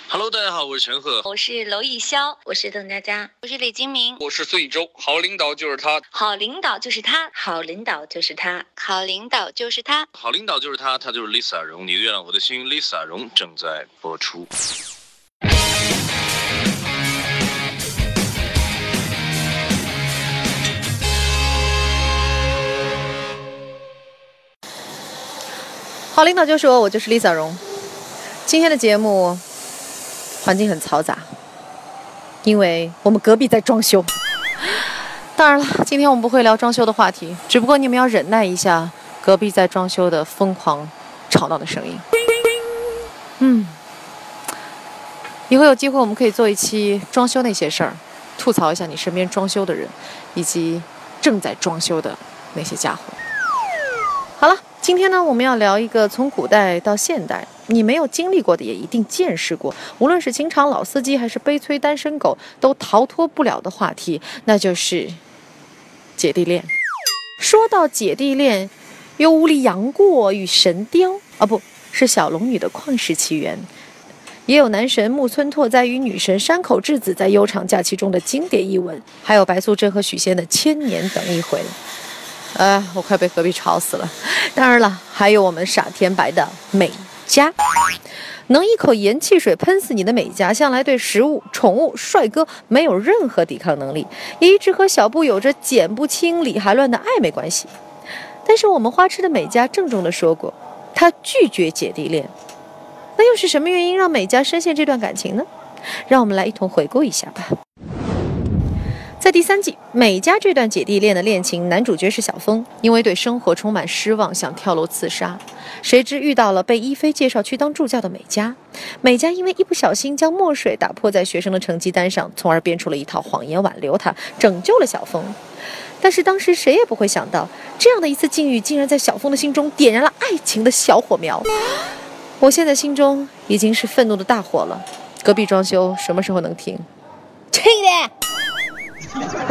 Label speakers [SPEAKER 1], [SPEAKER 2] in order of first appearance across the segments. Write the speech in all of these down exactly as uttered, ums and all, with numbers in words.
[SPEAKER 1] Hello， 大家好，我是陈赫，
[SPEAKER 2] 我是娄艺潇，我是邓家佳，
[SPEAKER 3] 我是李金铭，
[SPEAKER 4] 我是孙艺洲。好领导就是他，
[SPEAKER 2] 好领导就是他，好领导就是他，
[SPEAKER 3] 好领导就是他，
[SPEAKER 1] 好领导就是他，他就是 Lisa 荣，你的月亮我的心 ，Lisa 荣正在播出。
[SPEAKER 5] 好领导就是我，我就是 Lisa 荣。今天的节目环境很嘈杂，因为我们隔壁在装修。当然了，今天我们不会聊装修的话题，只不过你们要忍耐一下隔壁在装修的疯狂吵闹的声音。嗯，以后有机会我们可以做一期装修那些事儿，吐槽一下你身边装修的人，以及正在装修的那些家伙。好了，今天呢，我们要聊一个从古代到现代，你没有经历过的也一定见识过，无论是情场老司机还是悲催单身狗都逃脱不了的话题，那就是姐弟恋。说到姐弟恋，有无力杨过与神雕啊，不是小龙女的旷世奇缘，也有男神木村拓哉与女神山口智子在悠长假期中的经典一吻，还有白素贞和许仙的千年等一回。呃，我快被隔壁吵死了。当然了，还有我们傻天白的美嘉，能一口盐汽水喷死你的美嘉，向来对食物、宠物、帅哥没有任何抵抗能力，也一直和小布有着剪不清理还乱的暧昧关系。但是我们花痴的美嘉郑重地说过，她拒绝姐弟恋。那又是什么原因让美嘉深陷这段感情呢？让我们来一同回顾一下吧。在第三季，美嘉这段姐弟恋的恋情，男主角是小峰，因为对生活充满失望，想跳楼自杀。谁知遇到了被一菲介绍去当助教的美嘉，美嘉因为一不小心将墨水打泼在学生的成绩单上，从而编出了一套谎言挽留他，拯救了小峰。但是当时谁也不会想到，这样的一次境遇竟然在小峰的心中点燃了爱情的小火苗。我现在心中已经是愤怒的大火了，隔壁装修什么时候能停？轻一点。嗯、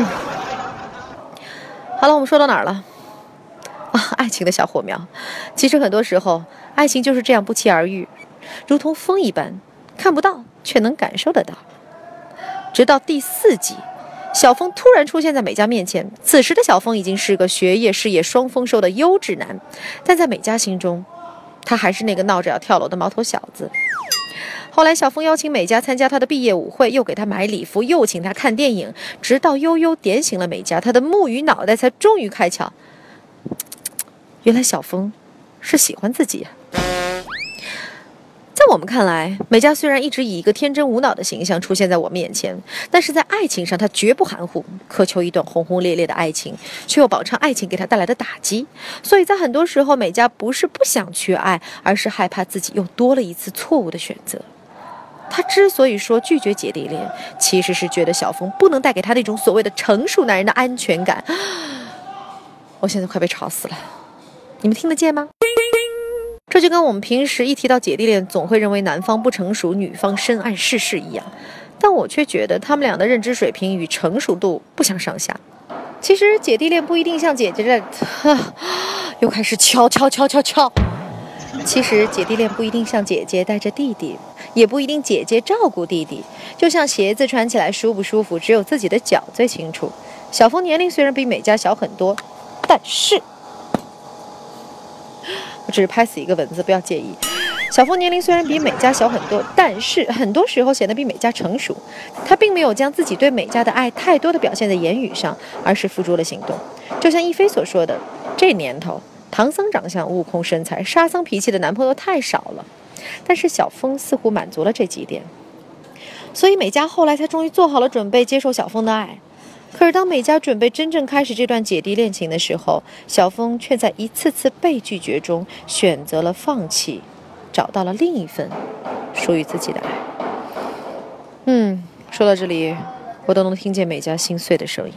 [SPEAKER 5] 好了，我们说到哪儿了？啊，爱情的小火苗。其实很多时候，爱情就是这样不期而遇，如同风一般，看不到却能感受得到。直到第四集，小峰突然出现在美嘉面前，此时的小峰已经是个学业事业双丰收的优质男，但在美嘉心中，他还是那个闹着要跳楼的毛头小子。后来小峰邀请美嘉参加他的毕业舞会，又给他买礼服，又请他看电影，直到悠悠点醒了美嘉，他的木鱼脑袋才终于开窍。原来小峰是喜欢自己啊。在我们看来，美嘉虽然一直以一个天真无脑的形象出现在我面前，但是在爱情上她绝不含糊，苛求一段轰轰烈烈的爱情，却又饱尝爱情给她带来的打击。所以在很多时候，美嘉不是不想去爱，而是害怕自己又多了一次错误的选择。他之所以说拒绝姐弟恋，其实是觉得小峰不能带给他那种所谓的成熟男人的安全感。我现在快被吵死了，你们听得见吗？这就跟我们平时一提到姐弟恋，总会认为男方不成熟，女方深谙世事一样，但我却觉得他们俩的认知水平与成熟度不相上下。其实姐弟恋不一定像姐姐这，啊，又开始敲敲敲敲敲。其实姐弟恋不一定像姐姐带着弟弟，也不一定姐姐照顾弟弟。就像鞋子穿起来舒不舒服，只有自己的脚最清楚。小峰年龄虽然比美嘉小很多，但是我只是拍死一个蚊子，不要介意。小峰年龄虽然比美嘉小很多，但是很多时候显得比美嘉成熟。他并没有将自己对美嘉的爱太多的表现在言语上，而是付诸了行动。就像一菲所说的，这年头唐僧长相，悟空身材，沙僧脾气的男朋友太少了。但是小峰似乎满足了这几点，所以美嘉后来才终于做好了准备接受小峰的爱。可是当美嘉准备真正开始这段姐弟恋情的时候，小峰却在一次次被拒绝中选择了放弃，找到了另一份属于自己的爱。嗯，说到这里，我都能听见美嘉心碎的声音。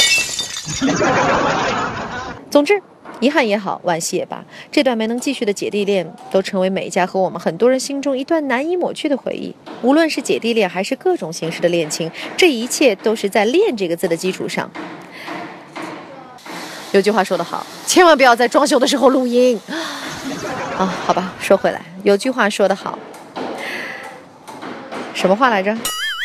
[SPEAKER 5] 总之，遗憾也好，惋惜也罢，这段没能继续的姐弟恋都成为美嘉和我们很多人心中一段难以抹去的回忆。无论是姐弟恋还是各种形式的恋情，这一切都是在恋这个字的基础上。有句话说得好，千万不要在装修的时候录音啊。好吧，说回来，有句话说得好， 什么话来着？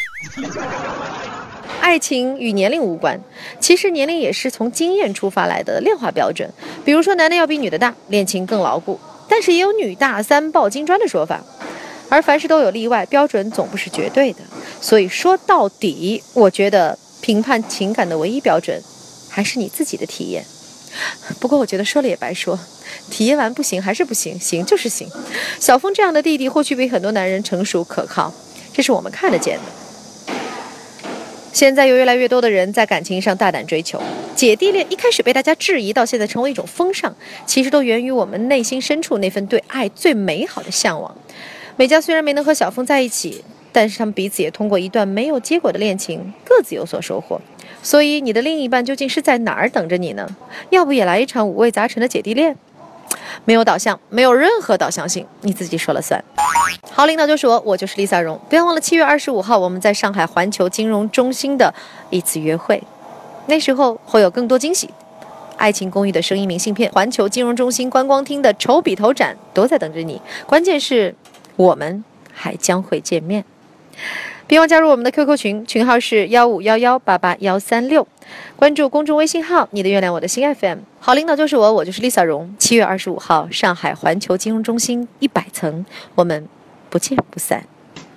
[SPEAKER 5] 爱情与年龄无关，其实年龄也是从经验出发来的量化标准。比如说，男的要比女的大，恋情更牢固，但是也有女大三抱金砖的说法。而凡事都有例外，标准总不是绝对的。所以说到底，我觉得评判情感的唯一标准，还是你自己的体验。不过我觉得说了也白说，体验完不行还是不行，行就是行。小峰这样的弟弟或许比很多男人成熟可靠，这是我们看得见的。现在有越来越多的人在感情上大胆追求，姐弟恋一开始被大家质疑，到现在成为一种风尚，其实都源于我们内心深处那份对爱最美好的向往。美嘉虽然没能和小峰在一起，但是他们彼此也通过一段没有结果的恋情各自有所收获。所以你的另一半究竟是在哪儿等着你呢？要不也来一场五味杂陈的姐弟恋？没有导向，没有任何导向性，你自己说了算。好，领导就是我，我就是 Lisa 荣。不要忘了七月二十五号我们在上海环球金融中心的一次约会，那时候会有更多惊喜。爱情公寓的声音明信片，环球金融中心观光厅的筹笔头展都在等着你。关键是我们还将会见面。别忘加入我们的 Q Q 群，群号是幺五幺幺八八幺三六，关注公众微信号你的月亮我的心 F M。 好领导就是我，我就是 Lisa 荣。七月二十五号上海环球金融中心一百层，我们不见不散。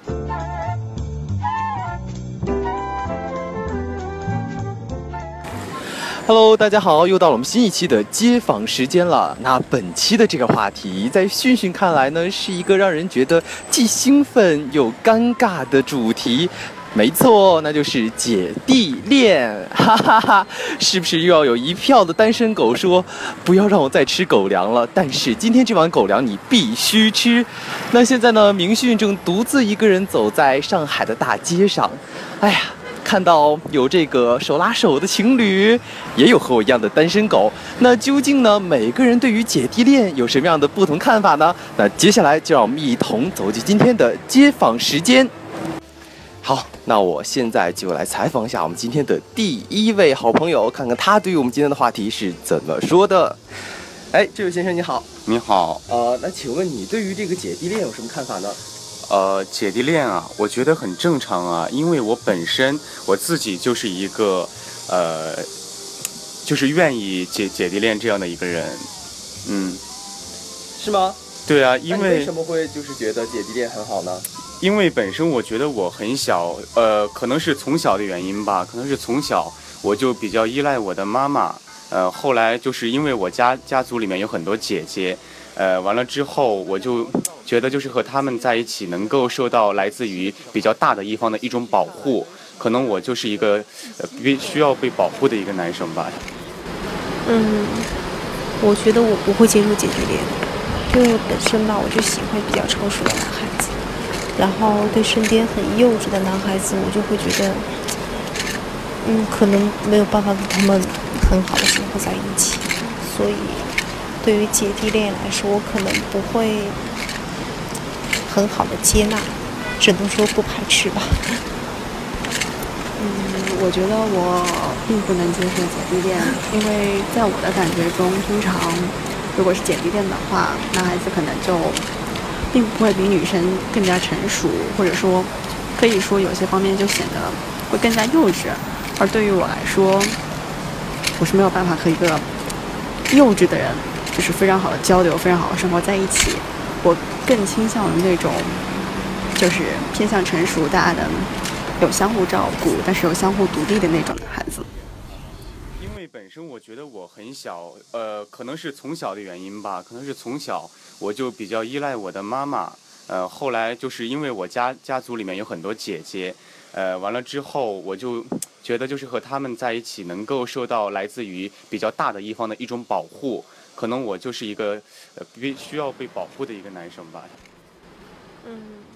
[SPEAKER 6] Hello， 大家好，又到了我们新一期的街访时间了。那本期的这个话题，在讯讯看来呢，是一个让人觉得既兴奋又尴尬的主题。没错，那就是姐弟恋，哈哈哈！是不是又要有一票的单身狗说不要让我再吃狗粮了？但是今天这碗狗粮你必须吃。那现在呢，明讯正独自一个人走在上海的大街上，哎呀。看到有这个手拉手的情侣，也有和我一样的单身狗。那究竟呢，每个人对于姐弟恋有什么样的不同看法呢？那接下来就让我们一同走进今天的街访时间。好，那我现在就来采访一下我们今天的第一位好朋友，看看他对于我们今天的话题是怎么说的。哎，这位先生你好。
[SPEAKER 7] 你好。
[SPEAKER 6] 呃，那请问你对于这个姐弟恋有什么看法呢？
[SPEAKER 7] 呃，姐弟恋啊，我觉得很正常啊，因为我本身我自己就是一个，呃，就是愿意姐姐弟恋这样的一个人，嗯，
[SPEAKER 6] 是吗？
[SPEAKER 7] 对啊，因为
[SPEAKER 6] 为什么会就是觉得姐弟恋很好呢？
[SPEAKER 7] 因为本身我觉得我很小，呃，可能是从小的原因吧，可能是从小我就比较依赖我的妈妈，呃，后来就是因为我家家族里面有很多姐姐。呃，完了之后，我就觉得就是和他们在一起，能够受到来自于比较大的一方的一种保护。可能我就是一个呃必需要被保护的一个男生吧。
[SPEAKER 8] 嗯，我觉得我不会接受姐弟恋，因为本身吧，我就喜欢比较成熟的男孩子，然后对身边很幼稚的男孩子，我就会觉得，嗯，可能没有办法跟他们很好的生活在一起，所以。对于姐弟恋来说，我可能不会很好的接纳，只能说不排斥吧。
[SPEAKER 9] 嗯，我觉得我并不能接受姐弟恋，因为在我的感觉中，通常如果是姐弟恋的话，男孩子可能就并不会比女生更加成熟，或者说可以说有些方面就显得会更加幼稚。而对于我来说，我是没有办法和一个幼稚的人就是非常好的交流，非常好的生活在一起。我更倾向于那种就是偏向成熟，大家能有相互照顾，但是有相互独立的那种男孩子。
[SPEAKER 7] 因为本身我觉得我很小，呃，可能是从小的原因吧，可能是从小我就比较依赖我的妈妈。呃，后来就是因为我家家族里面有很多姐姐，呃，完了之后我就觉得就是和他们在一起，能够受到来自于比较大的一方的一种保护。可能我就是一个呃必需要被保护的一个男生吧。
[SPEAKER 8] 嗯。